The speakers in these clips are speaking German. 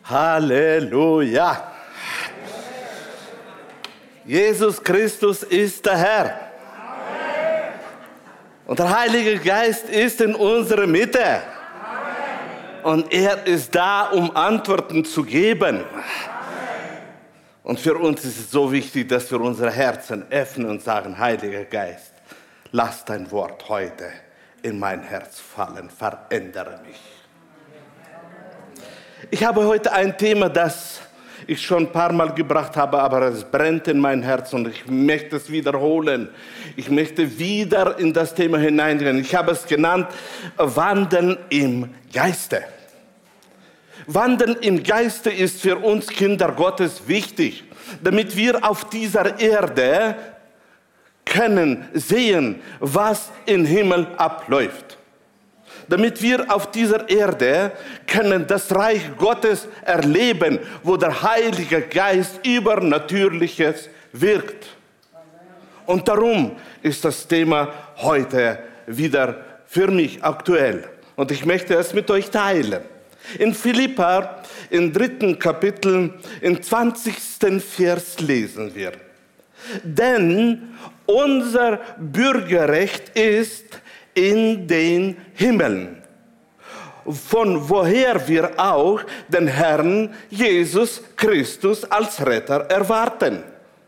Halleluja! Jesus Christus ist der Herr. Und der Heilige Geist ist in unserer Mitte. Und er ist da, um Antworten zu geben. Und für uns ist es so wichtig, dass wir unsere Herzen öffnen und sagen, Heiliger Geist, lass dein Wort heute in mein Herz fallen, verändere mich. Ich habe heute ein Thema, das ich schon ein paar Mal gebracht habe, aber es brennt in mein Herz und ich möchte es wiederholen. Ich möchte wieder in das Thema hineingehen. Ich habe es genannt, Wandeln im Geiste. Wandeln im Geiste ist für uns Kinder Gottes wichtig, damit wir auf dieser Erde können sehen, was im Himmel abläuft. Damit wir auf dieser Erde können das Reich Gottes erleben, wo der Heilige Geist Übernatürliches wirkt. Und darum ist das Thema heute wieder für mich aktuell. Und ich möchte es mit euch teilen. In Philipper, im 3. Kapitel, im 20. Vers lesen wir. Denn unser Bürgerrecht ist in den Himmeln, von woher wir auch den Herrn Jesus Christus als Retter erwarten.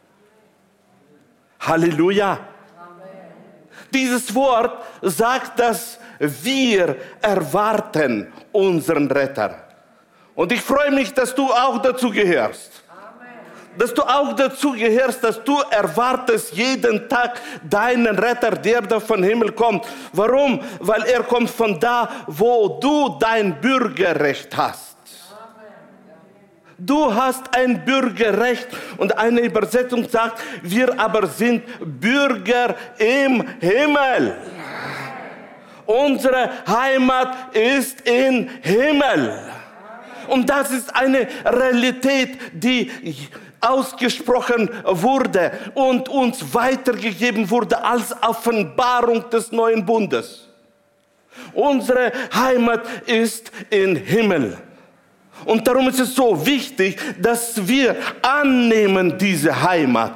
Halleluja! Amen. Dieses Wort sagt, dass wir erwarten unseren Retter. Und ich freue mich, dass du auch dazu gehörst. Dass du auch dazu gehörst, dass du erwartest jeden Tag deinen Retter, der da vom Himmel kommt. Warum? Weil er kommt von da, wo du dein Bürgerrecht hast. Du hast ein Bürgerrecht und eine Übersetzung sagt, wir aber sind Bürger im Himmel. Unsere Heimat ist im Himmel. Und das ist eine Realität, die ausgesprochen wurde und uns weitergegeben wurde als Offenbarung des neuen Bundes. Unsere Heimat ist im Himmel. Und darum ist es so wichtig, dass wir annehmen diese Heimat.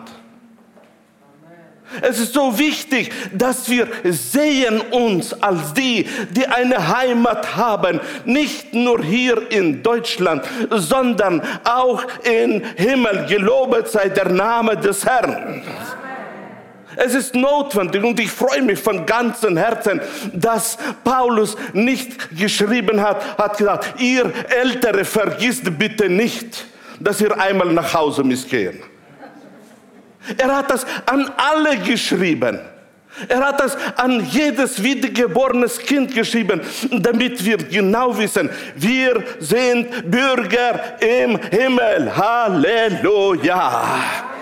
Es ist so wichtig, dass wir sehen uns als die eine Heimat haben, nicht nur hier in Deutschland, sondern auch im Himmel. Gelobet sei der Name des Herrn. Es ist notwendig und ich freue mich von ganzem Herzen, dass Paulus nicht geschrieben hat gesagt, ihr Ältere vergisst bitte nicht, dass ihr einmal nach Hause müsst gehen. Er hat das an alle geschrieben. Er hat das an jedes wiedergeborenes Kind geschrieben, damit wir genau wissen, wir sind Bürger im Himmel. Halleluja!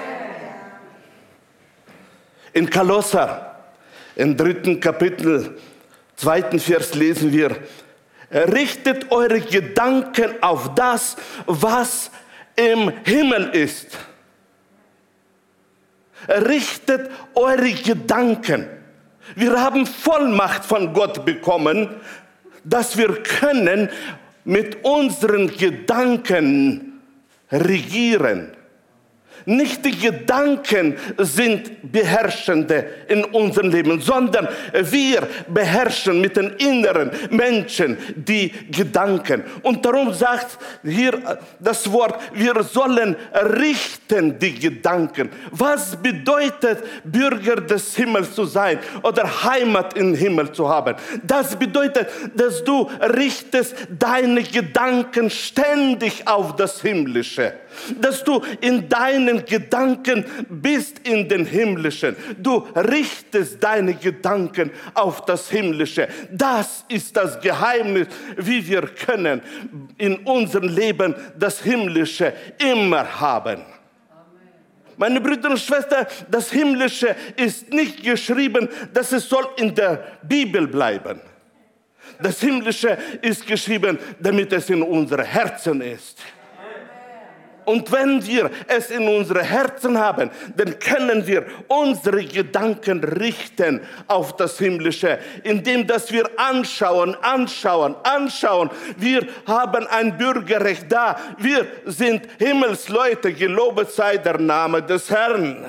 In Kolosser, im 3. Kapitel, 2. Vers lesen wir, richtet eure Gedanken auf das, was im Himmel ist. Richtet eure Gedanken. Wir haben Vollmacht von Gott bekommen, dass wir können mit unseren Gedanken regieren. Nicht die Gedanken sind Beherrschende in unserem Leben, sondern wir beherrschen mit den inneren Menschen die Gedanken. Und darum sagt hier das Wort, wir sollen richten die Gedanken. Was bedeutet, Bürger des Himmels zu sein oder Heimat im Himmel zu haben? Das bedeutet, dass du richtest deine Gedanken ständig auf das Himmlische. Dass du in deinen Gedanken bist in den Himmlischen. Du richtest deine Gedanken auf das Himmlische. Das ist das Geheimnis, wie wir können in unserem Leben das Himmlische immer haben. Meine Brüder und Schwestern, das Himmlische ist nicht geschrieben, dass es soll in der Bibel bleiben. Das Himmlische ist geschrieben, damit es in unseren Herzen ist. Und wenn wir es in unsere Herzen haben, dann können wir unsere Gedanken richten auf das Himmlische, indem dass wir anschauen. Wir haben ein Bürgerrecht da. Wir sind Himmelsleute, gelobet sei der Name des Herrn.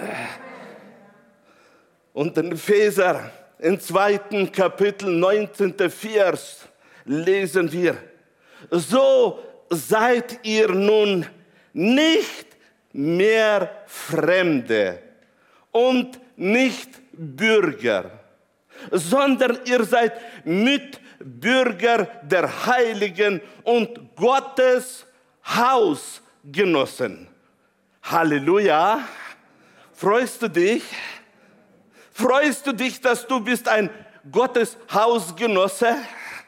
Und in Epheser, im 2. Kapitel, 19. Vers, lesen wir: So seid ihr nun nicht mehr Fremde und nicht Bürger, sondern ihr seid Mitbürger der Heiligen und Gottes Hausgenossen. Halleluja! Freust du dich? Freust du dich, dass du bist ein Gottes Hausgenosse?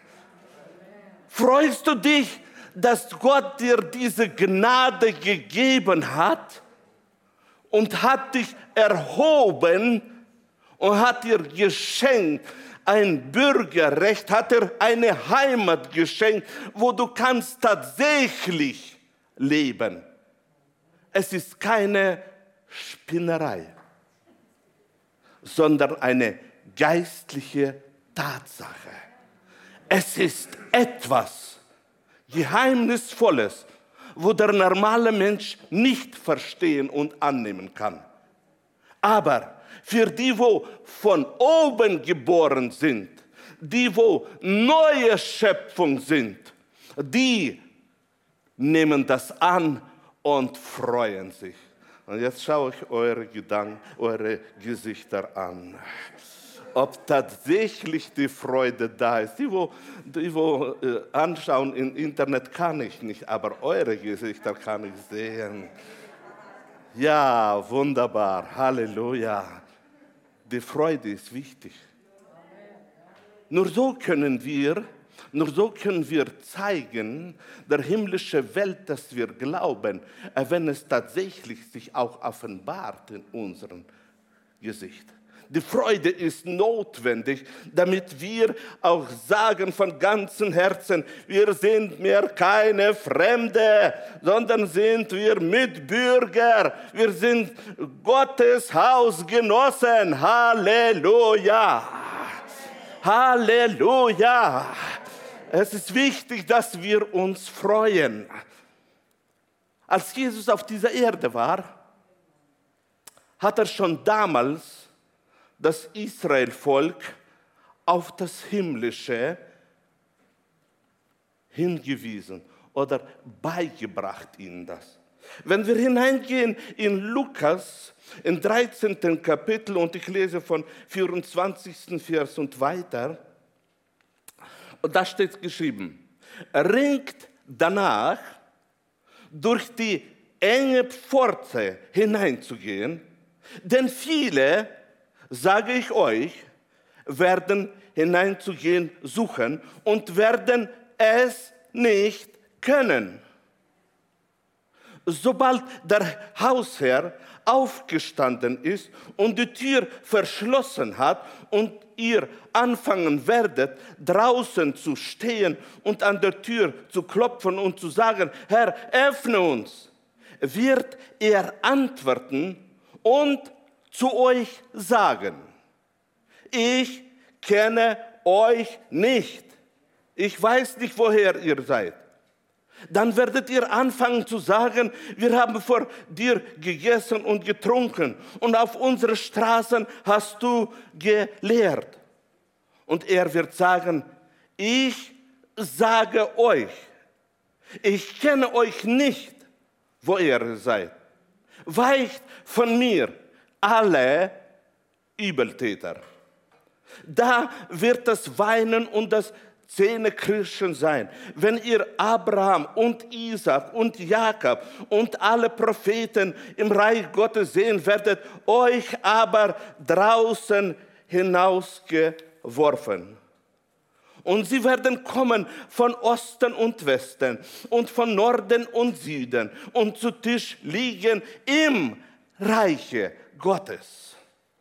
Freust du dich, dass Gott dir diese Gnade gegeben hat und hat dich erhoben und hat dir geschenkt ein Bürgerrecht, hat dir eine Heimat geschenkt, wo du kannst tatsächlich leben. Es ist keine Spinnerei, sondern eine geistliche Tatsache. Es ist etwas Geheimnisvolles, wo der normale Mensch nicht verstehen und annehmen kann. Aber für die, wo von oben geboren sind, die, wo neue Schöpfung sind, die nehmen das an und freuen sich. Und jetzt schaue ich eure Gedanken, eure Gesichter an. Ob tatsächlich die Freude da ist. Die, wo anschauen im Internet, kann ich nicht, aber eure Gesichter kann ich sehen. Ja, wunderbar, Halleluja. Die Freude ist wichtig. Nur so können wir zeigen, der himmlische Welt, dass wir glauben, wenn es tatsächlich sich auch offenbart in unserem Gesicht. Die Freude ist notwendig, damit wir auch sagen von ganzem Herzen, wir sind mehr keine Fremde, sondern sind wir Mitbürger. Wir sind Gottes Hausgenossen. Halleluja! Halleluja! Es ist wichtig, dass wir uns freuen. Als Jesus auf dieser Erde war, hat er schon damals das Israelvolk auf das Himmlische hingewiesen oder beigebracht ihnen das. Wenn wir hineingehen in Lukas, im 13. Kapitel, und ich lese von 24. Vers und weiter, und da steht geschrieben: Ringt danach, durch die enge Pforte hineinzugehen, denn viele, sage ich euch, werden hineinzugehen suchen und werden es nicht können. Sobald der Hausherr aufgestanden ist und die Tür verschlossen hat und ihr anfangen werdet, draußen zu stehen und an der Tür zu klopfen und zu sagen: Herr, öffne uns, wird er antworten und zu euch sagen: Ich kenne euch nicht. Ich weiß nicht, woher ihr seid. Dann werdet ihr anfangen zu sagen: Wir haben vor dir gegessen und getrunken und auf unsere Straßen hast du gelehrt. Und er wird sagen: Ich sage euch, ich kenne euch nicht, wo ihr seid. Weicht von mir, alle Übeltäter. Da wird das Weinen und das Zähneknirschen sein, wenn ihr Abraham und Isaac und Jakob und alle Propheten im Reich Gottes sehen werdet, euch aber draußen hinausgeworfen. Und sie werden kommen von Osten und Westen und von Norden und Süden und zu Tisch liegen im Reiche Gottes.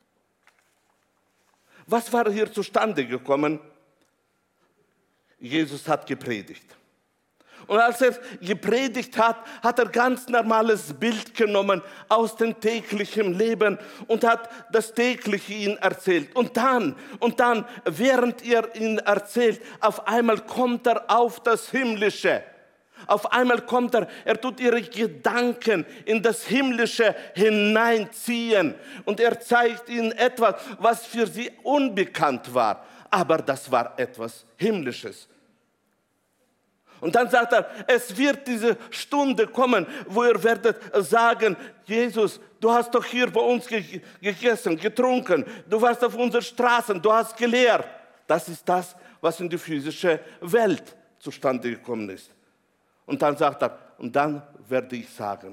Was war hier zustande gekommen? Jesus hat gepredigt. Und als er gepredigt hat, hat er ganz normales Bild genommen aus dem täglichen Leben und hat das tägliche ihm erzählt. Und dann, während er ihn erzählt, auf einmal kommt er auf das Himmlische. Auf einmal kommt er tut ihre Gedanken in das Himmlische hineinziehen. Und er zeigt ihnen etwas, was für sie unbekannt war. Aber das war etwas Himmlisches. Und dann sagt er, es wird diese Stunde kommen, wo ihr werdet sagen, Jesus, du hast doch hier bei uns gegessen, getrunken, du warst auf unseren Straßen, du hast gelehrt. Das ist das, was in die physische Welt zustande gekommen ist. Und dann sagt er, und dann werde ich sagen,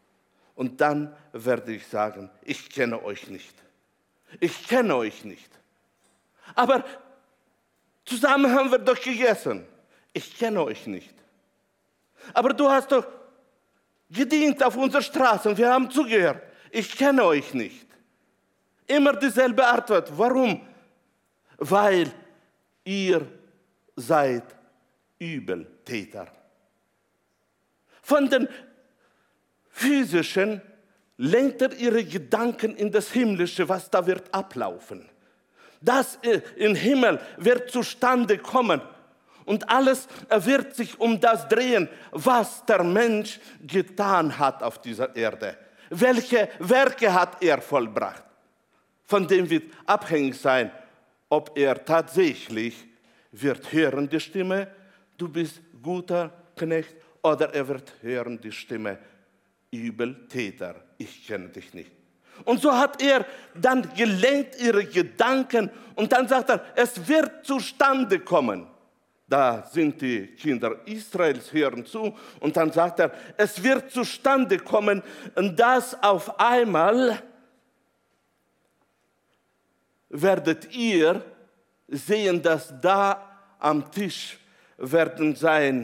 ich kenne euch nicht. Ich kenne euch nicht. Aber zusammen haben wir doch gegessen. Ich kenne euch nicht. Aber du hast doch gedient auf unserer Straße und wir haben zugehört. Ich kenne euch nicht. Immer dieselbe Antwort. Warum? Weil ihr seid Übeltäter. Von den physischen lenkt er ihre Gedanken in das Himmlische, was da wird ablaufen. Das im Himmel wird zustande kommen. Und alles wird sich um das drehen, was der Mensch getan hat auf dieser Erde. Welche Werke hat er vollbracht? Von dem wird abhängig sein, ob er tatsächlich wird hören die Stimme, du bist guter Knecht, oder er wird hören die Stimme, Übeltäter, ich kenne dich nicht. Und so hat er dann gelenkt ihre Gedanken und dann sagt er, es wird zustande kommen. Da sind die Kinder Israels, hören zu. Und dann sagt er, es wird zustande kommen, dass auf einmal werdet ihr sehen, dass da am Tisch werden sein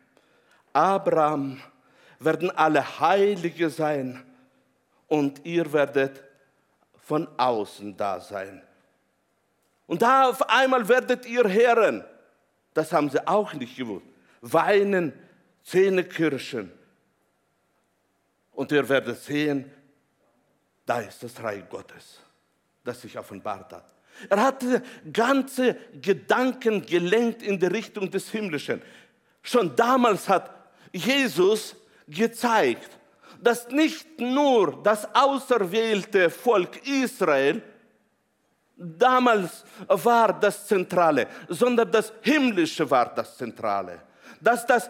Abraham, werden alle Heilige sein und ihr werdet von außen da sein. Und da auf einmal werdet ihr hören, das haben sie auch nicht gewusst. Weinen, Zähne kirschen. Und ihr werdet sehen, da ist das Reich Gottes, das sich offenbart hat. Er hatte ganze Gedanken gelenkt in die Richtung des Himmlischen. Schon damals hat Jesus gezeigt, dass nicht nur das auserwählte Volk Israel damals war das Zentrale, sondern das Himmlische war das Zentrale. Dass das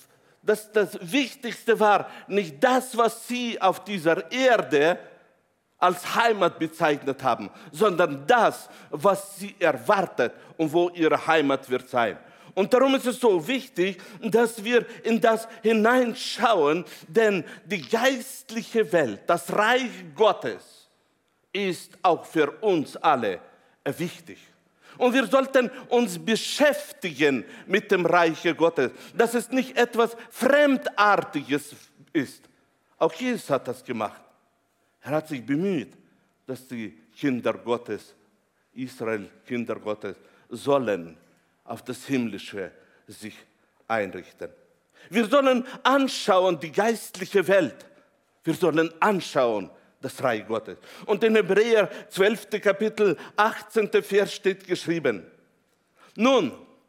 Wichtigste war, nicht das, was sie auf dieser Erde als Heimat bezeichnet haben, sondern das, was sie erwartet und wo ihre Heimat wird sein. Und darum ist es so wichtig, dass wir in das hineinschauen, denn die geistliche Welt, das Reich Gottes, ist auch für uns alle wichtig. Und wir sollten uns beschäftigen mit dem Reich Gottes, dass es nicht etwas Fremdartiges ist. Auch Jesus hat das gemacht. Er hat sich bemüht, dass die Kinder Gottes, Israel, Kinder Gottes, sollen auf das Himmlische sich einrichten. Wir sollen anschauen die geistliche Welt. Wir sollen anschauen das Reich Gottes. Und in Hebräer 12. Kapitel 18. Vers steht geschrieben: Nun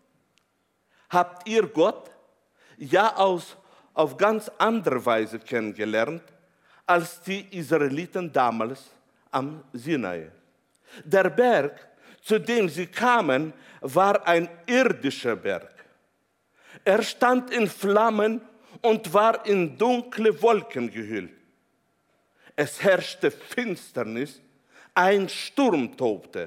habt ihr Gott ja auf ganz andere Weise kennengelernt als die Israeliten damals am Sinai. Der Berg, zu dem sie kamen, war ein irdischer Berg. Er stand in Flammen und war in dunkle Wolken gehüllt. Es herrschte Finsternis, ein Sturm tobte.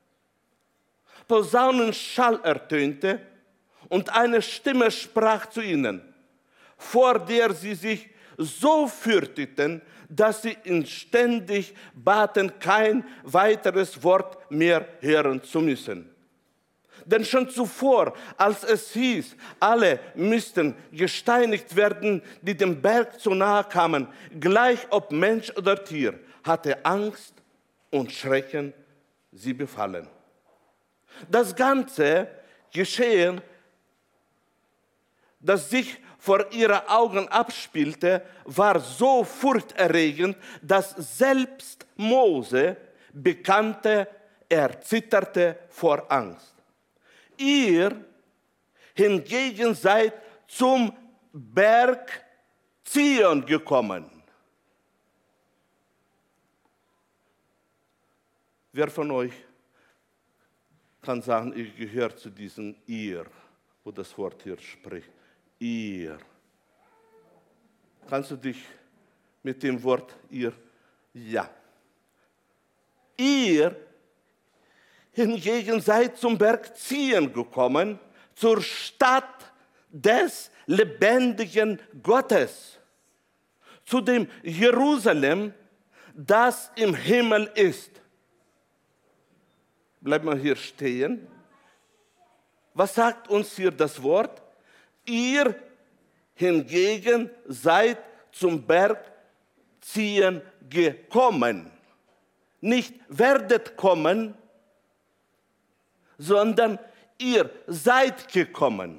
Posaunenschall ertönte und eine Stimme sprach zu ihnen, vor der sie sich so fürchteten, dass sie inständig baten, kein weiteres Wort mehr hören zu müssen. Denn schon zuvor, als es hieß, alle müssten gesteinigt werden, die dem Berg zu nahe kamen, gleich ob Mensch oder Tier, hatte Angst und Schrecken sie befallen. Das ganze Geschehen, das sich vor ihren Augen abspielte, war so furchterregend, dass selbst Mose bekannte, er zitterte vor Angst. Ihr hingegen seid zum Berg Zion gekommen. Wer von euch kann sagen, ich gehöre zu diesem ihr, wo das Wort hier spricht? Ihr. Kannst du dich mit dem Wort ihr? Ja. Ihr hingegen seid zum Berg Zion gekommen, zur Stadt des lebendigen Gottes, zu dem Jerusalem, das im Himmel ist. Bleib mal hier stehen. Was sagt uns hier das Wort? Ihr hingegen seid zum Berg Zion gekommen. Nicht werdet kommen, sondern ihr seid gekommen.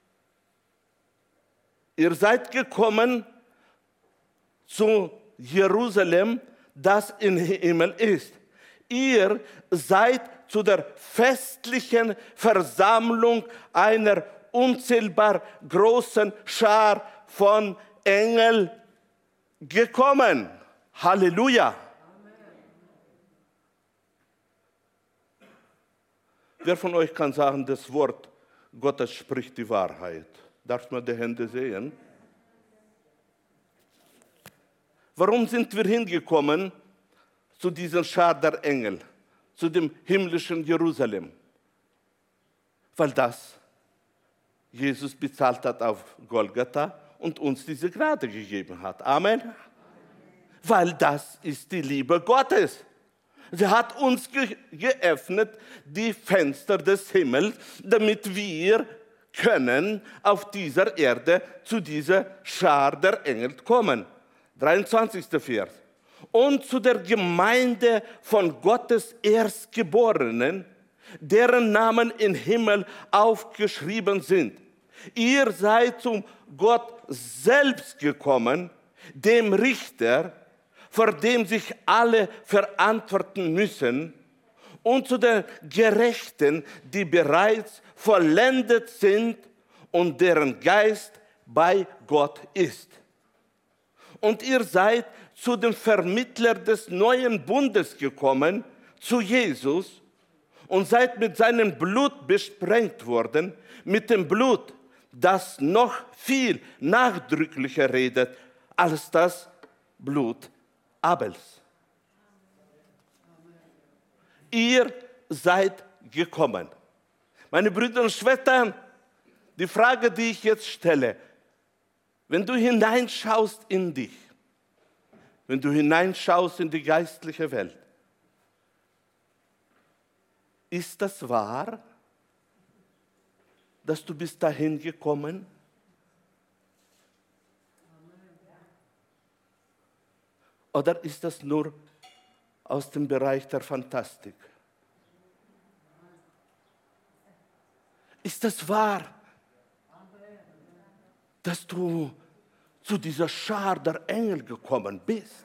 Ihr seid gekommen zu Jerusalem, das im Himmel ist. Ihr seid zu der festlichen Versammlung einer unzählbar großen Schar von Engeln gekommen. Halleluja. Amen. Wer von euch kann sagen, das Wort Gottes spricht die Wahrheit? Darf man die Hände sehen? Warum sind wir hingekommen zu diesem Schar der Engel, zu dem himmlischen Jerusalem? Weil das Jesus bezahlt hat auf Golgatha und uns diese Gnade gegeben hat. Amen. Weil das ist die Liebe Gottes. Sie hat uns geöffnet, die Fenster des Himmels, damit wir können auf dieser Erde zu dieser Schar der Engel kommen. 23. Vers. Und zu der Gemeinde von Gottes Erstgeborenen, deren Namen im Himmel aufgeschrieben sind. Ihr seid zum Gott selbst gekommen, dem Richter, vor dem sich alle verantworten müssen, und zu den Gerechten, die bereits vollendet sind und deren Geist bei Gott ist. Und ihr seid zu dem Vermittler des neuen Bundes gekommen, zu Jesus, und seid mit seinem Blut besprengt worden, mit dem Blut, das noch viel nachdrücklicher redet als das Blut Abels. Ihr seid gekommen. Meine Brüder und Schwestern, die Frage, die ich jetzt stelle, wenn du hineinschaust in dich, wenn du hineinschaust in die geistliche Welt, ist das wahr, dass du bist dahin gekommen? Oder ist das nur aus dem Bereich der Fantastik? Ist das wahr, dass du zu dieser Schar der Engel gekommen bist?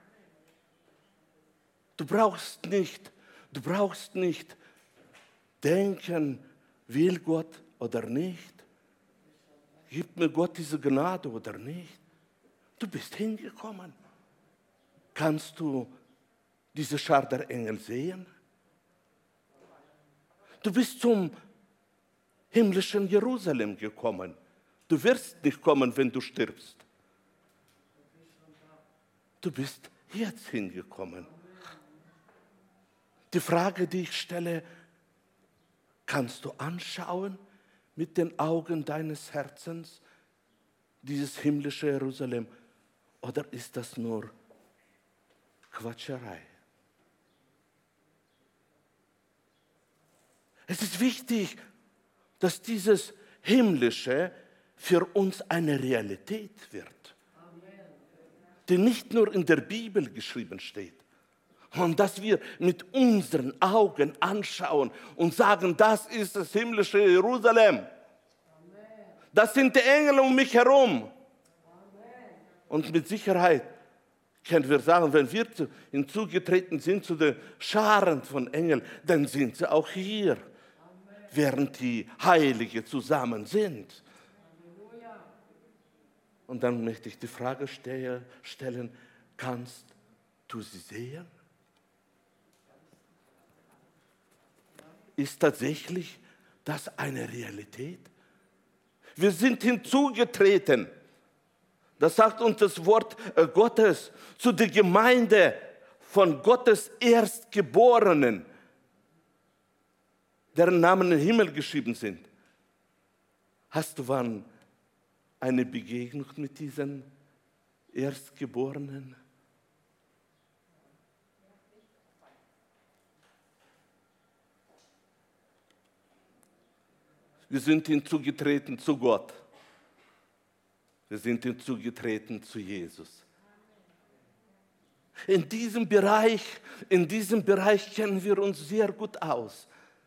Du brauchst nicht denken, will Gott oder nicht? Gibt mir Gott diese Gnade oder nicht? Du bist hingekommen. Kannst du diese Schar der Engel sehen? Du bist zum himmlischen Jerusalem gekommen. Du wirst nicht kommen, wenn du stirbst. Du bist jetzt hingekommen. Die Frage, die ich stelle, kannst du anschauen mit den Augen deines Herzens dieses himmlische Jerusalem, oder ist das nur Quatscherei? Es ist wichtig, dass dieses Himmlische für uns eine Realität wird, die nicht nur in der Bibel geschrieben steht, und dass wir mit unseren Augen anschauen und sagen, das ist das himmlische Jerusalem. Das sind die Engel um mich herum. Und mit Sicherheit können wir sagen, wenn wir hinzugetreten sind zu den Scharen von Engeln, dann sind sie auch hier, während die Heiligen zusammen sind. Und dann möchte ich die Frage stellen, kannst du sie sehen? Ist tatsächlich das eine Realität? Wir sind hinzugetreten. Das sagt uns das Wort Gottes zu der Gemeinde von Gottes Erstgeborenen, deren Namen im Himmel geschrieben sind. Hast du wann eine Begegnung mit diesen Erstgeborenen? Wir sind hinzugetreten zu Gott. Wir sind hinzugetreten zu Jesus. In diesem Bereich kennen wir uns sehr gut aus.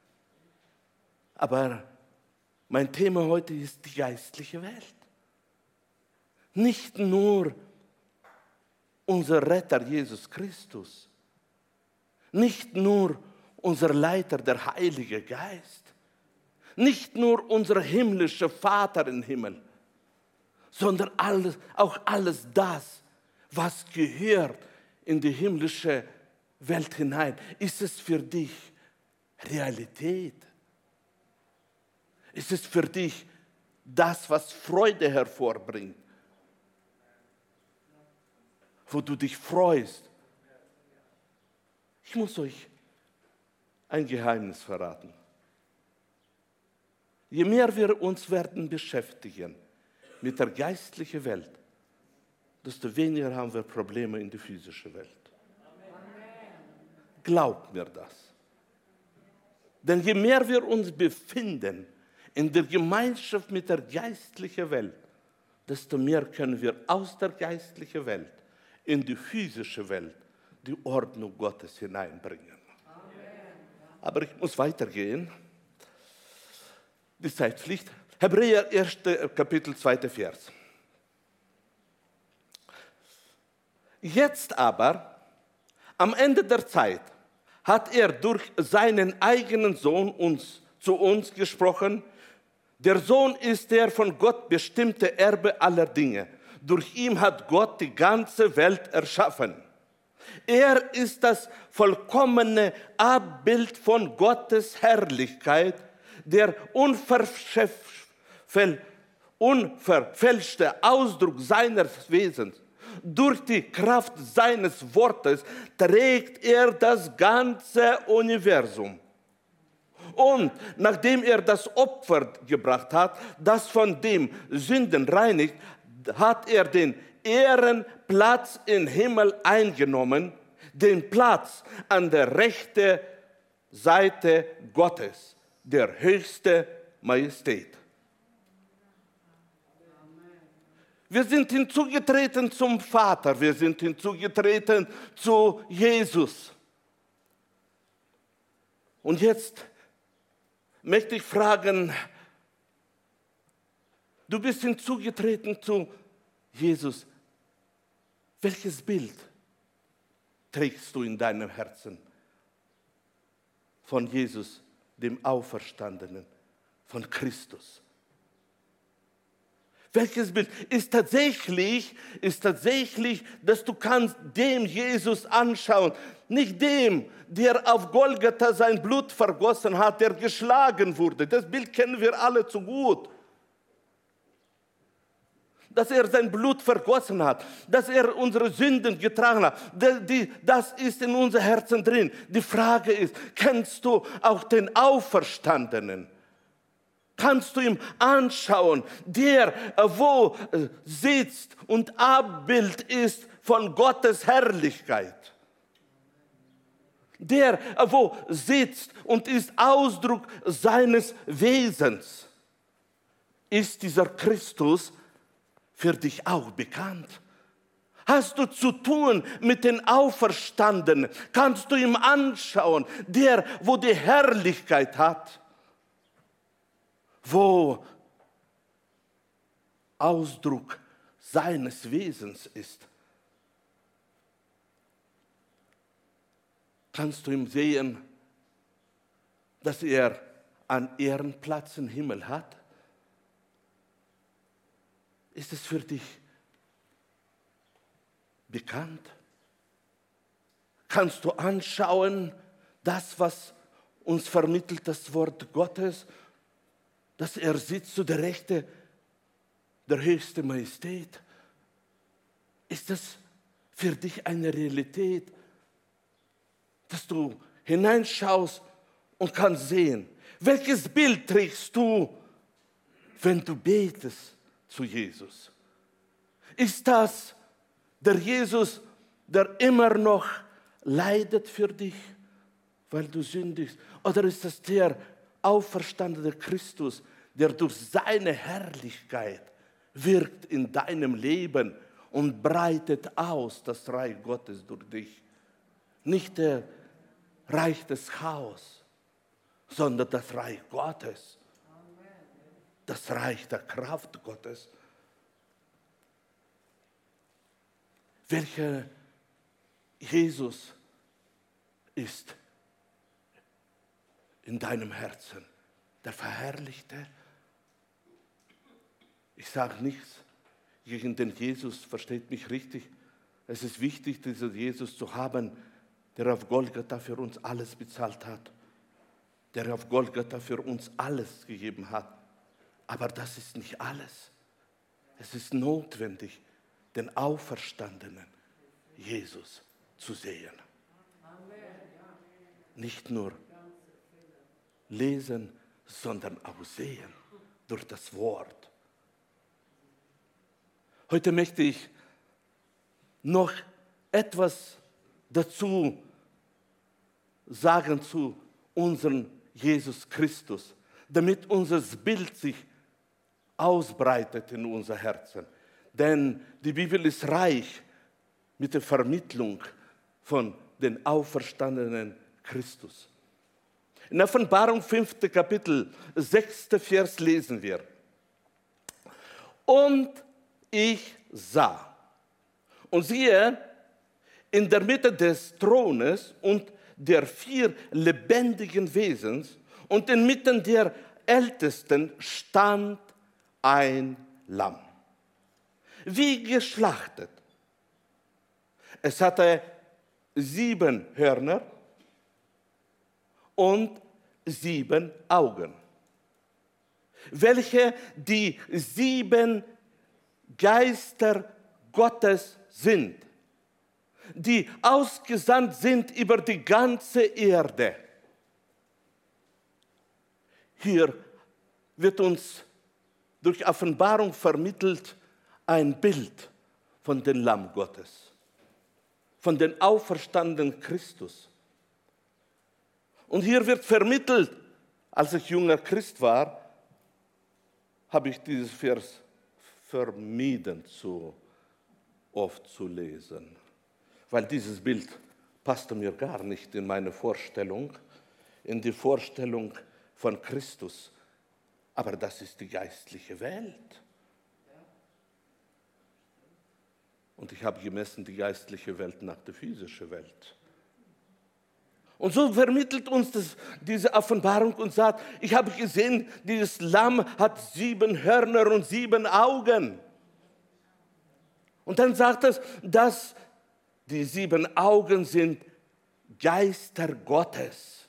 Aber mein Thema heute ist die geistliche Welt. Nicht nur unser Retter Jesus Christus, nicht nur unser Leiter, der Heilige Geist, nicht nur unser himmlischer Vater im Himmel, sondern auch alles das, was gehört in die himmlische Welt hinein. Ist es für dich Realität? Ist es für dich das, was Freude hervorbringt? Wo du dich freust? Ich muss euch ein Geheimnis verraten. Je mehr wir uns werden beschäftigen mit der geistlichen Welt, desto weniger haben wir Probleme in der physischen Welt. Glaubt mir das. Denn je mehr wir uns befinden in der Gemeinschaft mit der geistlichen Welt, desto mehr können wir aus der geistlichen Welt in die physische Welt die Ordnung Gottes hineinbringen. Aber ich muss weitergehen. Die Zeitpflicht. Hebräer 1. Kapitel 2. Vers. Jetzt aber, am Ende der Zeit, hat er durch seinen eigenen Sohn zu uns gesprochen. Der Sohn ist der von Gott bestimmte Erbe aller Dinge. Durch ihn hat Gott die ganze Welt erschaffen. Er ist das vollkommene Abbild von Gottes Herrlichkeit, der unverfälschte Ausdruck seines Wesens. Durch die Kraft seines Wortes trägt er das ganze Universum. Und nachdem er das Opfer gebracht hat, das von dem Sünden reinigt, hat er den Ehrenplatz im Himmel eingenommen, den Platz an der rechten Seite Gottes, der höchste Majestät. Wir sind hinzugetreten zum Vater, wir sind hinzugetreten zu Jesus. Und jetzt möchte ich fragen, du bist hinzugetreten zu Jesus. Welches Bild trägst du in deinem Herzen von Jesus, dem Auferstandenen, von Christus? Welches Bild ist tatsächlich, dass du kannst dem Jesus anschauen, nicht dem, der auf Golgatha sein Blut vergossen hat, der geschlagen wurde. Das Bild kennen wir alle zu gut. Dass er sein Blut vergossen hat, dass er unsere Sünden getragen hat, das ist in unser Herzen drin. Die Frage ist, kennst du auch den Auferstandenen? Kannst du ihm anschauen, der wo sitzt und Abbild ist von Gottes Herrlichkeit? Der wo sitzt und ist Ausdruck seines Wesens. Ist dieser Christus für dich auch bekannt? Hast du zu tun mit den Auferstandenen? Kannst du ihm anschauen, der wo die Herrlichkeit hat? Wo Ausdruck seines Wesens ist. Kannst du ihm sehen, dass er einen Ehrenplatz im Himmel hat? Ist es für dich bekannt? Kannst du anschauen, das, was uns vermittelt, das Wort Gottes, dass er sitzt zu der Rechte der höchsten Majestät? Ist das für dich eine Realität, dass du hineinschaust und kannst sehen, welches Bild trägst du, wenn du betest zu Jesus? Ist das der Jesus, der immer noch leidet für dich, weil du sündigst? Oder ist das der auferstandene Christus, der durch seine Herrlichkeit wirkt in deinem Leben und breitet aus das Reich Gottes durch dich? Nicht der Reich des Chaos, sondern das Reich Gottes, das Reich der Kraft Gottes. Welcher Jesus ist in deinem Herzen? Der Verherrlichte? Ich sage nichts gegen den Jesus, versteht mich richtig. Es ist wichtig, diesen Jesus zu haben, der auf Golgatha für uns alles bezahlt hat, der auf Golgatha für uns alles gegeben hat. Aber das ist nicht alles. Es ist notwendig, den auferstandenen Jesus zu sehen. Nicht nur lesen, sondern auch sehen durch das Wort. Heute möchte ich noch etwas dazu sagen zu unserem Jesus Christus, damit unser Bild sich ausbreitet in unser Herzen. Denn die Bibel ist reich mit der Vermittlung von den auferstandenen Christus. In Offenbarung 5. Kapitel, 6. Vers lesen wir. Und ich sah und siehe, in der Mitte des Thrones und der 4 lebendigen Wesens und inmitten der Ältesten stand ein Lamm, wie geschlachtet. Es hatte 7 Hörner und 7 Augen, welche die 7 Geister Gottes sind, die ausgesandt sind über die ganze Erde. Hier wird uns durch Offenbarung vermittelt ein Bild von dem Lamm Gottes, von dem auferstandenen Christus. Und hier wird vermittelt, als ich junger Christ war, habe ich dieses Vers vermieden, so oft zu lesen, weil dieses Bild passte mir gar nicht in meine Vorstellung, in die Vorstellung von Christus. Aber das ist die geistliche Welt. Und ich habe gemessen die geistliche Welt nach der physischen Welt. Und so vermittelt uns diese Offenbarung und sagt, ich habe gesehen, dieses Lamm hat 7 Hörner und 7 Augen. Und dann sagt es, dass die 7 Augen sind Geister Gottes.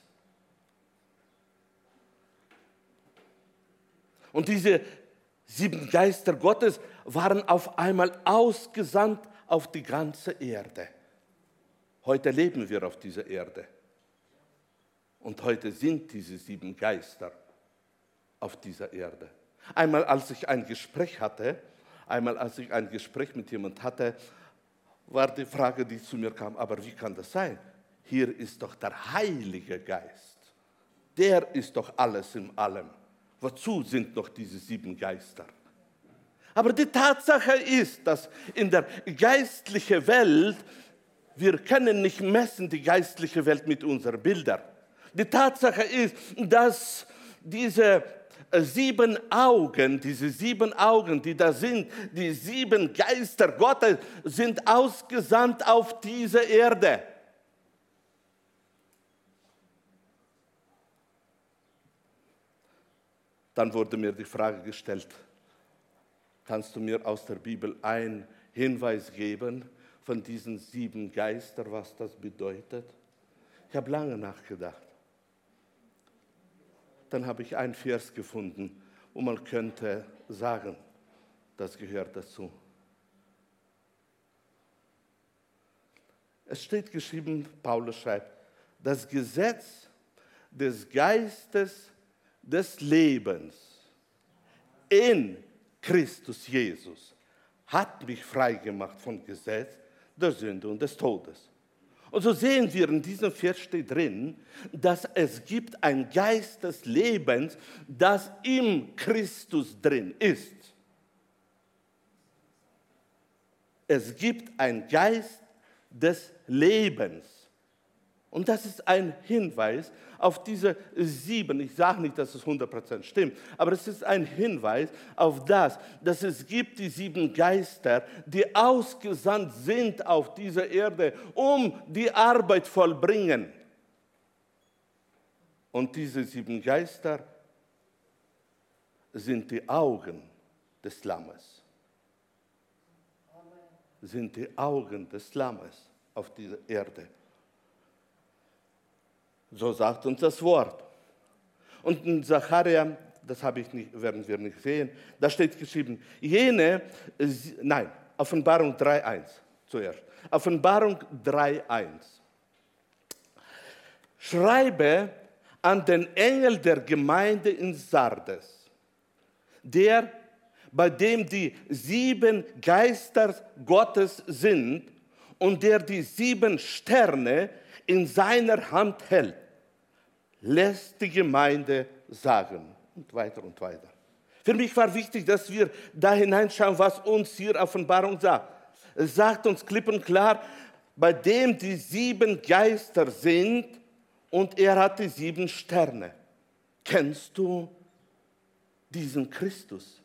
Und diese 7 Geister Gottes waren auf einmal ausgesandt auf die ganze Erde. Heute leben wir auf dieser Erde. Und heute sind diese 7 Geister auf dieser Erde. Einmal, als ich ein Gespräch mit jemandem hatte, war die Frage, die zu mir kam, aber wie kann das sein? Hier ist doch der Heilige Geist. Der ist doch alles in allem. Wozu sind noch diese 7 Geister? Aber die Tatsache ist, dass in der geistlichen Welt, wir können nicht messen die geistliche Welt mit unseren Bildern. Die Tatsache ist, dass diese 7 Augen, diese 7 Augen, die da sind, die 7 Geister Gottes, sind ausgesandt auf diese Erde. Dann wurde mir die Frage gestellt, kannst du mir aus der Bibel einen Hinweis geben von diesen 7 Geistern, was das bedeutet? Ich habe lange nachgedacht. Dann habe ich einen Vers gefunden, wo man könnte sagen, das gehört dazu. Es steht geschrieben, Paulus schreibt, das Gesetz des Geistes des Lebens in Christus Jesus hat mich freigemacht vom Gesetz der Sünde und des Todes. Und so sehen wir, in diesem Vers steht drin, dass es gibt ein Geist des Lebens, das im Christus drin ist. Es gibt einen Geist des Lebens. Und das ist ein Hinweis auf diese 7. Ich sage nicht, dass es 100% stimmt, aber es ist ein Hinweis auf das, dass es gibt die 7 Geister, die ausgesandt sind auf dieser Erde, um die Arbeit vollbringen. Und diese 7 Geister sind die Augen des Lammes. Sind die Augen des Lammes auf dieser Erde. So sagt uns das Wort. Und in Sacharja, das werden wir nicht sehen, da steht geschrieben, Offenbarung 3,1 zuerst. Offenbarung 3,1. Schreibe an den Engel der Gemeinde in Sardes, bei dem die 7 Geister Gottes sind und der die 7 Sterne in seiner Hand hält, lässt die Gemeinde sagen. Und weiter und weiter. Für mich war wichtig, dass wir da hineinschauen, was uns hier Offenbarung sagt. Es sagt uns klipp und klar, bei dem die 7 Geister sind und er hat die 7 Sterne. Kennst du diesen Christus?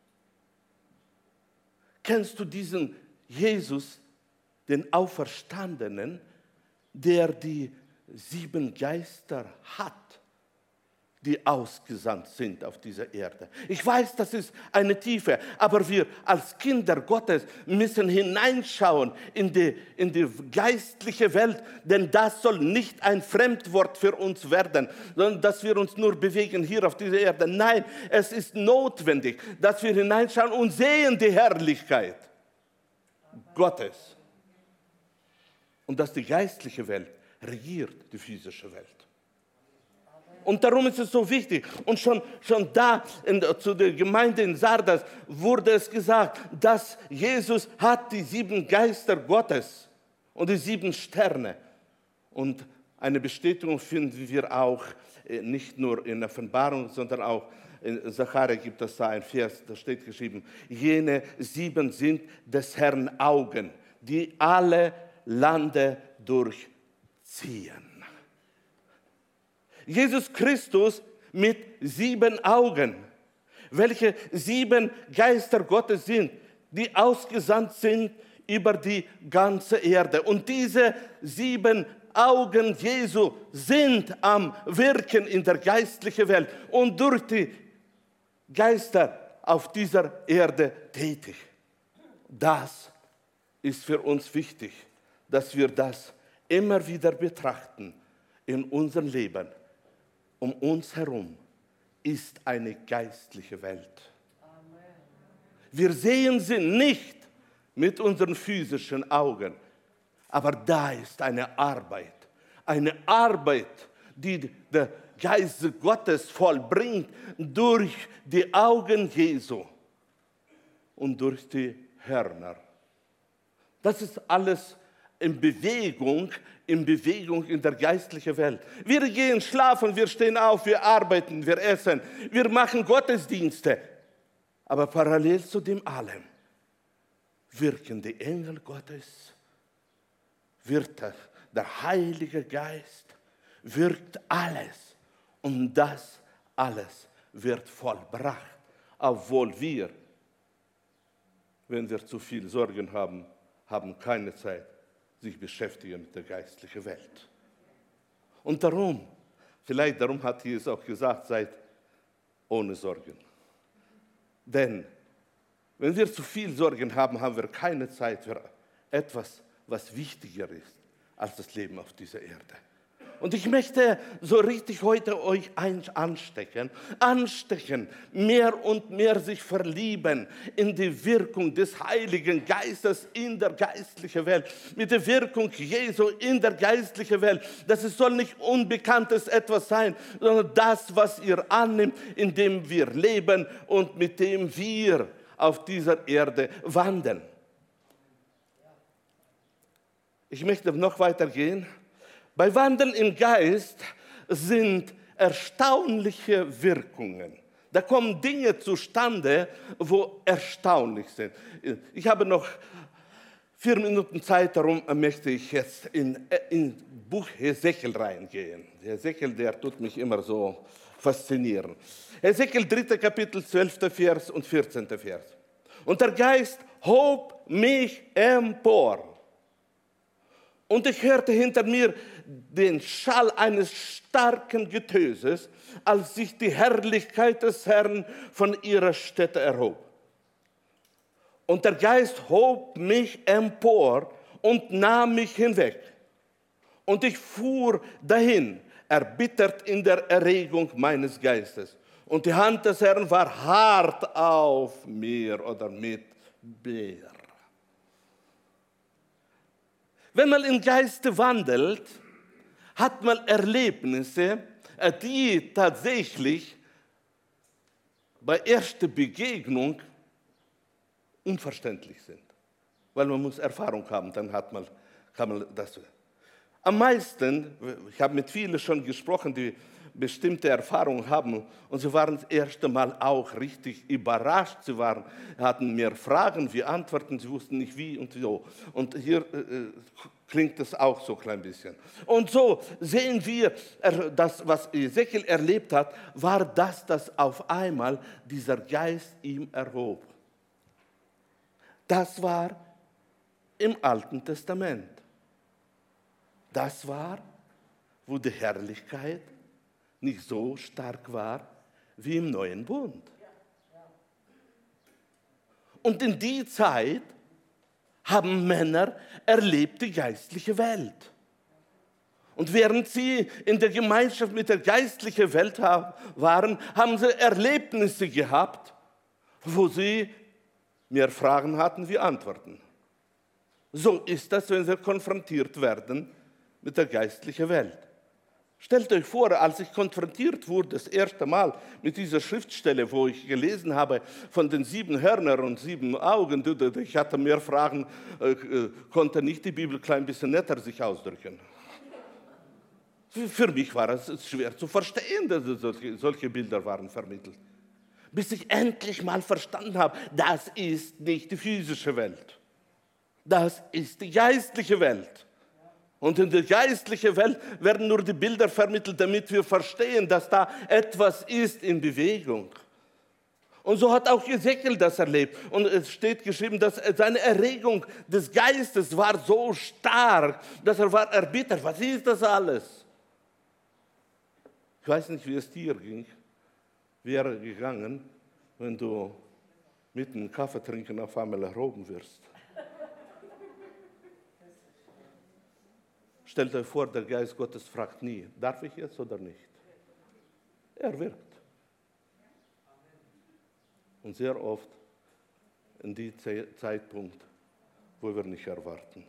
Kennst du diesen Jesus, den Auferstandenen, der die 7 Geister hat, die ausgesandt sind auf dieser Erde? Ich weiß, das ist eine Tiefe, aber wir als Kinder Gottes müssen hineinschauen in die geistliche Welt, denn das soll nicht ein Fremdwort für uns werden, sondern dass wir uns nur bewegen hier auf dieser Erde. Nein, es ist notwendig, dass wir hineinschauen und sehen die Herrlichkeit Gottes. Und dass die geistliche Welt regiert die physische Welt. Und darum ist es so wichtig. Und schon da zu der Gemeinde in Sardes wurde es gesagt, dass Jesus hat die 7 Geister Gottes und die 7 Sterne. Und eine Bestätigung finden wir auch nicht nur in Offenbarung, sondern auch in Sacharja gibt es da ein Vers, da steht geschrieben, jene 7 sind des Herrn Augen, die alle Lande durchziehen. Jesus Christus mit 7 Augen, welche 7 Geister Gottes sind, die ausgesandt sind über die ganze Erde. Und diese 7 Augen Jesu sind am Wirken in der geistlichen Welt und durch die Geister auf dieser Erde tätig. Das ist für uns wichtig, dass wir das immer wieder betrachten in unserem Leben. Um uns herum ist eine geistliche Welt. Amen. Wir sehen sie nicht mit unseren physischen Augen, aber da ist eine Arbeit, die der Geist Gottes vollbringt durch die Augen Jesu und durch die Hörner. Das ist alles in Bewegung in der geistlichen Welt. Wir gehen schlafen, wir stehen auf, wir arbeiten, wir essen, wir machen Gottesdienste. Aber parallel zu dem allem wirken die Engel Gottes, wird der Heilige Geist, wirkt alles, um das alles wird vollbracht, obwohl wir, wenn wir zu viel Sorgen haben, haben keine Zeit, sich beschäftigen mit der geistlichen Welt. Und darum, vielleicht darum hat Jesus auch gesagt, seid ohne Sorgen. Denn wenn wir zu viel Sorgen haben, haben wir keine Zeit für etwas, was wichtiger ist als das Leben auf dieser Erde. Und ich möchte so richtig heute euch anstecken, mehr und mehr sich verlieben in die Wirkung des Heiligen Geistes in der geistlichen Welt, mit der Wirkung Jesu in der geistlichen Welt. Das soll nicht unbekanntes etwas sein, sondern das, was ihr annimmt, in dem wir leben und mit dem wir auf dieser Erde wandeln. Ich möchte noch weitergehen. Bei Wandeln im Geist sind erstaunliche Wirkungen. Da kommen Dinge zustande, wo erstaunlich sind. Ich habe noch 4 Minuten Zeit, darum möchte ich jetzt in Buch Hesekiel reingehen. Hesekiel, der tut mich immer so faszinieren. Hesekiel 3. Kapitel, 12. Vers und 14. Vers. Und der Geist hob mich empor. Und ich hörte hinter mir den Schall eines starken Getöses, als sich die Herrlichkeit des Herrn von ihrer Stätte erhob. Und der Geist hob mich empor und nahm mich hinweg. Und ich fuhr dahin, erbittert in der Erregung meines Geistes. Und die Hand des Herrn war hart auf mir oder mit mir. Wenn man im Geiste wandelt, hat man Erlebnisse, die tatsächlich bei erster Begegnung unverständlich sind. Weil man muss Erfahrung haben, dann kann man das. Am meisten, ich habe mit vielen schon gesprochen, die bestimmte Erfahrungen haben und sie waren das erste Mal auch richtig überrascht. Sie hatten mehr Fragen wie Antworten, sie wussten nicht wie und so. Und hier klingt es auch so ein klein bisschen. Und so sehen wir, das, was Hesekiel erlebt hat, war das, dass auf einmal dieser Geist ihm erhob. Das war im Alten Testament. Das war, wo die Herrlichkeit nicht so stark war wie im Neuen Bund. Und in die Zeit haben Männer erlebt die geistliche Welt. Und während sie in der Gemeinschaft mit der geistlichen Welt waren, haben sie Erlebnisse gehabt, wo sie mehr Fragen hatten wie Antworten. So ist das, wenn sie konfrontiert werden mit der geistlichen Welt. Stellt euch vor, als ich konfrontiert wurde, das erste Mal mit dieser Schriftstelle, wo ich gelesen habe von den 7 Hörnern und 7 Augen, ich hatte mehr Fragen, konnte nicht die Bibel ein klein bisschen netter sich ausdrücken. Für mich war es schwer zu verstehen, dass solche Bilder waren vermittelt. Bis ich endlich mal verstanden habe, das ist nicht die physische Welt. Das ist die geistliche Welt. Und in der geistlichen Welt werden nur die Bilder vermittelt, damit wir verstehen, dass da etwas ist in Bewegung. Und so hat auch Hesekiel das erlebt. Und es steht geschrieben, dass seine Erregung des Geistes war so stark, dass er war erbittert. Was ist das alles? Ich weiß nicht, wie es dir ging. Wäre gegangen, wenn du mit einem Kaffee trinken auf einmal erhoben wirst. Stellt euch vor, der Geist Gottes fragt nie, darf ich jetzt oder nicht? Er wirkt. Und sehr oft in die Zeitpunkt, wo wir nicht erwarten.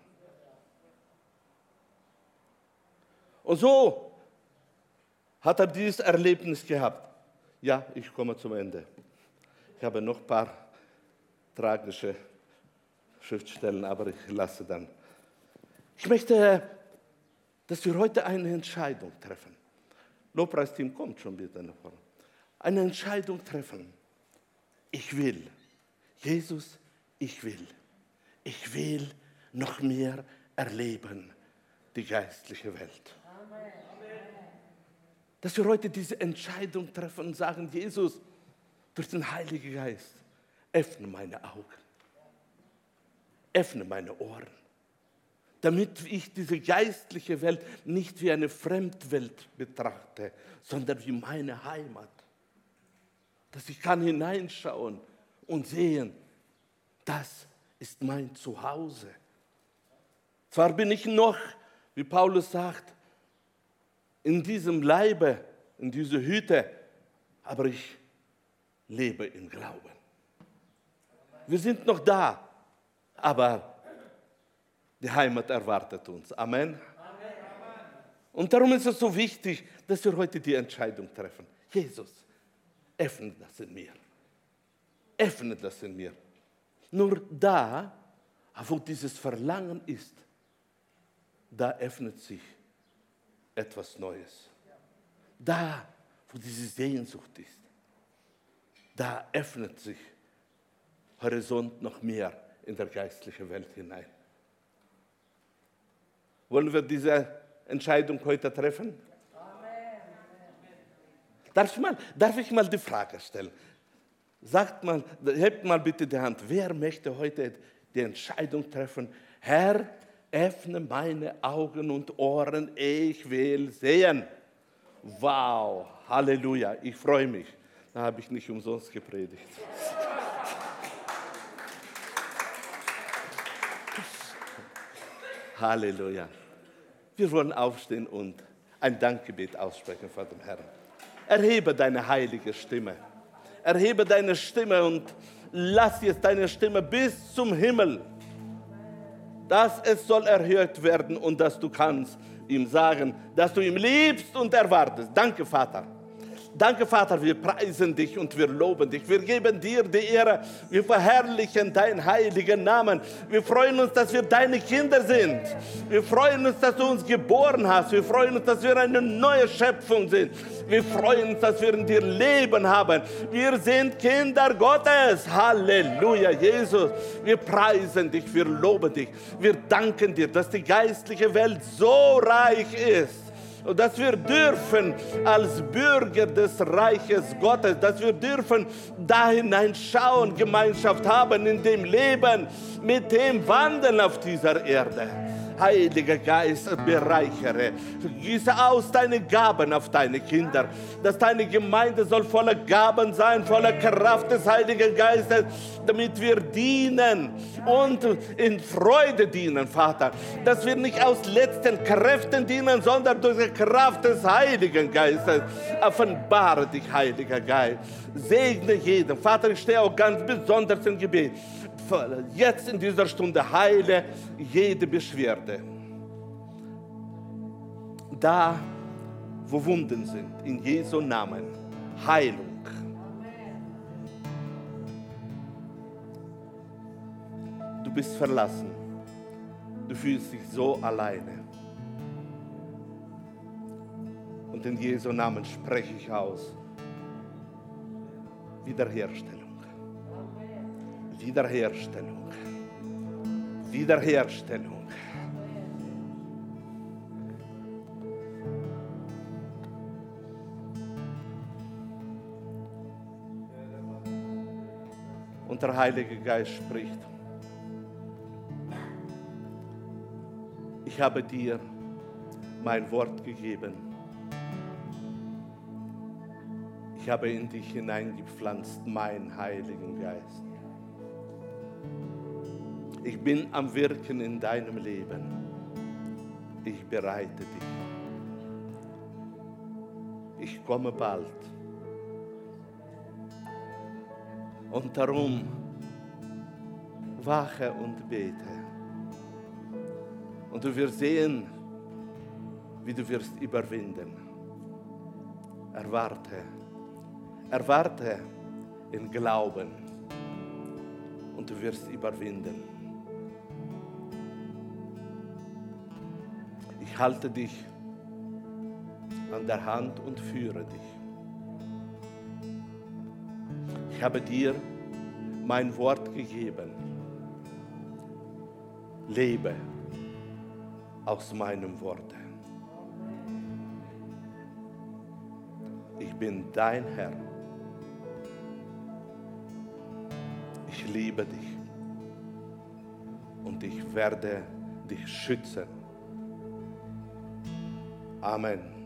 Und so hat er dieses Erlebnis gehabt. Ja, ich komme zum Ende. Ich habe noch ein paar tragische Schriftstellen, aber ich lasse dann. Ich möchte, dass wir heute eine Entscheidung treffen. Lobpreisteam kommt schon wieder nach vorne. Eine Entscheidung treffen. Ich will. Jesus, ich will. Ich will noch mehr erleben, die geistliche Welt. dass wir heute diese Entscheidung treffen und sagen, Jesus, durch den Heiligen Geist, öffne meine Augen, öffne meine Ohren, damit ich diese geistliche Welt nicht wie eine Fremdwelt betrachte, sondern wie meine Heimat. Dass ich kann hineinschauen und sehen, das ist mein Zuhause. Zwar bin ich noch, wie Paulus sagt, in diesem Leibe, in dieser Hütte, aber ich lebe im Glauben. Wir sind noch da, aber die Heimat erwartet uns. Amen. Und darum ist es so wichtig, dass wir heute die Entscheidung treffen. Jesus, öffne das in mir. Öffne das in mir. Nur da, wo dieses Verlangen ist, da öffnet sich etwas Neues. Da, wo diese Sehnsucht ist, da öffnet sich Horizont noch mehr in der geistlichen Welt hinein. Wollen wir diese Entscheidung heute treffen? Darf ich mal die Frage stellen? Hebt mal bitte die Hand. Wer möchte heute die Entscheidung treffen? Herr, öffne meine Augen und Ohren, ich will sehen. Wow, Halleluja, ich freue mich. Da habe ich nicht umsonst gepredigt. Halleluja. Wir wollen aufstehen und ein Dankgebet aussprechen vor dem Herrn. Erhebe deine heilige Stimme. Erhebe deine Stimme und lass jetzt deine Stimme bis zum Himmel, dass es soll erhört werden und dass du kannst ihm sagen, dass du ihn liebst und erwartest. Danke, Vater. Danke, Vater, wir preisen dich und wir loben dich. Wir geben dir die Ehre, wir verherrlichen deinen heiligen Namen. Wir freuen uns, dass wir deine Kinder sind. Wir freuen uns, dass du uns geboren hast. Wir freuen uns, dass wir eine neue Schöpfung sind. Wir freuen uns, dass wir in dir Leben haben. Wir sind Kinder Gottes. Halleluja, Jesus. Wir preisen dich, wir loben dich. Wir danken dir, dass die geistliche Welt so reich ist. Und dass wir dürfen als Bürger des Reiches Gottes, dass wir dürfen da hineinschauen, Gemeinschaft haben in dem Leben, mit dem Wandeln auf dieser Erde. Heiliger Geist, bereichere, gieße aus deine Gaben auf deine Kinder, dass deine Gemeinde soll voller Gaben sein, voller Kraft des Heiligen Geistes, damit wir dienen und in Freude dienen, Vater, dass wir nicht aus letzten Kräften dienen, sondern durch die Kraft des Heiligen Geistes. Offenbare dich, Heiliger Geist, segne jeden. Vater, ich stehe auch ganz besonders im Gebet. Jetzt in dieser Stunde heile jede Beschwerde. Da, wo Wunden sind, in Jesu Namen, Heilung. Du bist verlassen. Du fühlst dich so alleine. Und in Jesu Namen spreche ich aus. Wiederherstellung. Wiederherstellung. Wiederherstellung. Und der Heilige Geist spricht: Ich habe dir mein Wort gegeben. Ich habe in dich hineingepflanzt, meinen Heiligen Geist. Ich bin am Wirken in deinem Leben. Ich bereite dich. Ich komme bald. Und darum wache und bete. Und du wirst sehen, wie du wirst überwinden. Erwarte. Erwarte in Glauben. Und du wirst überwinden. Ich halte dich an der Hand und führe dich. Ich habe dir mein Wort gegeben. Lebe aus meinem Worte. bin dein Herr. Ich liebe dich und ich werde dich schützen. Amen.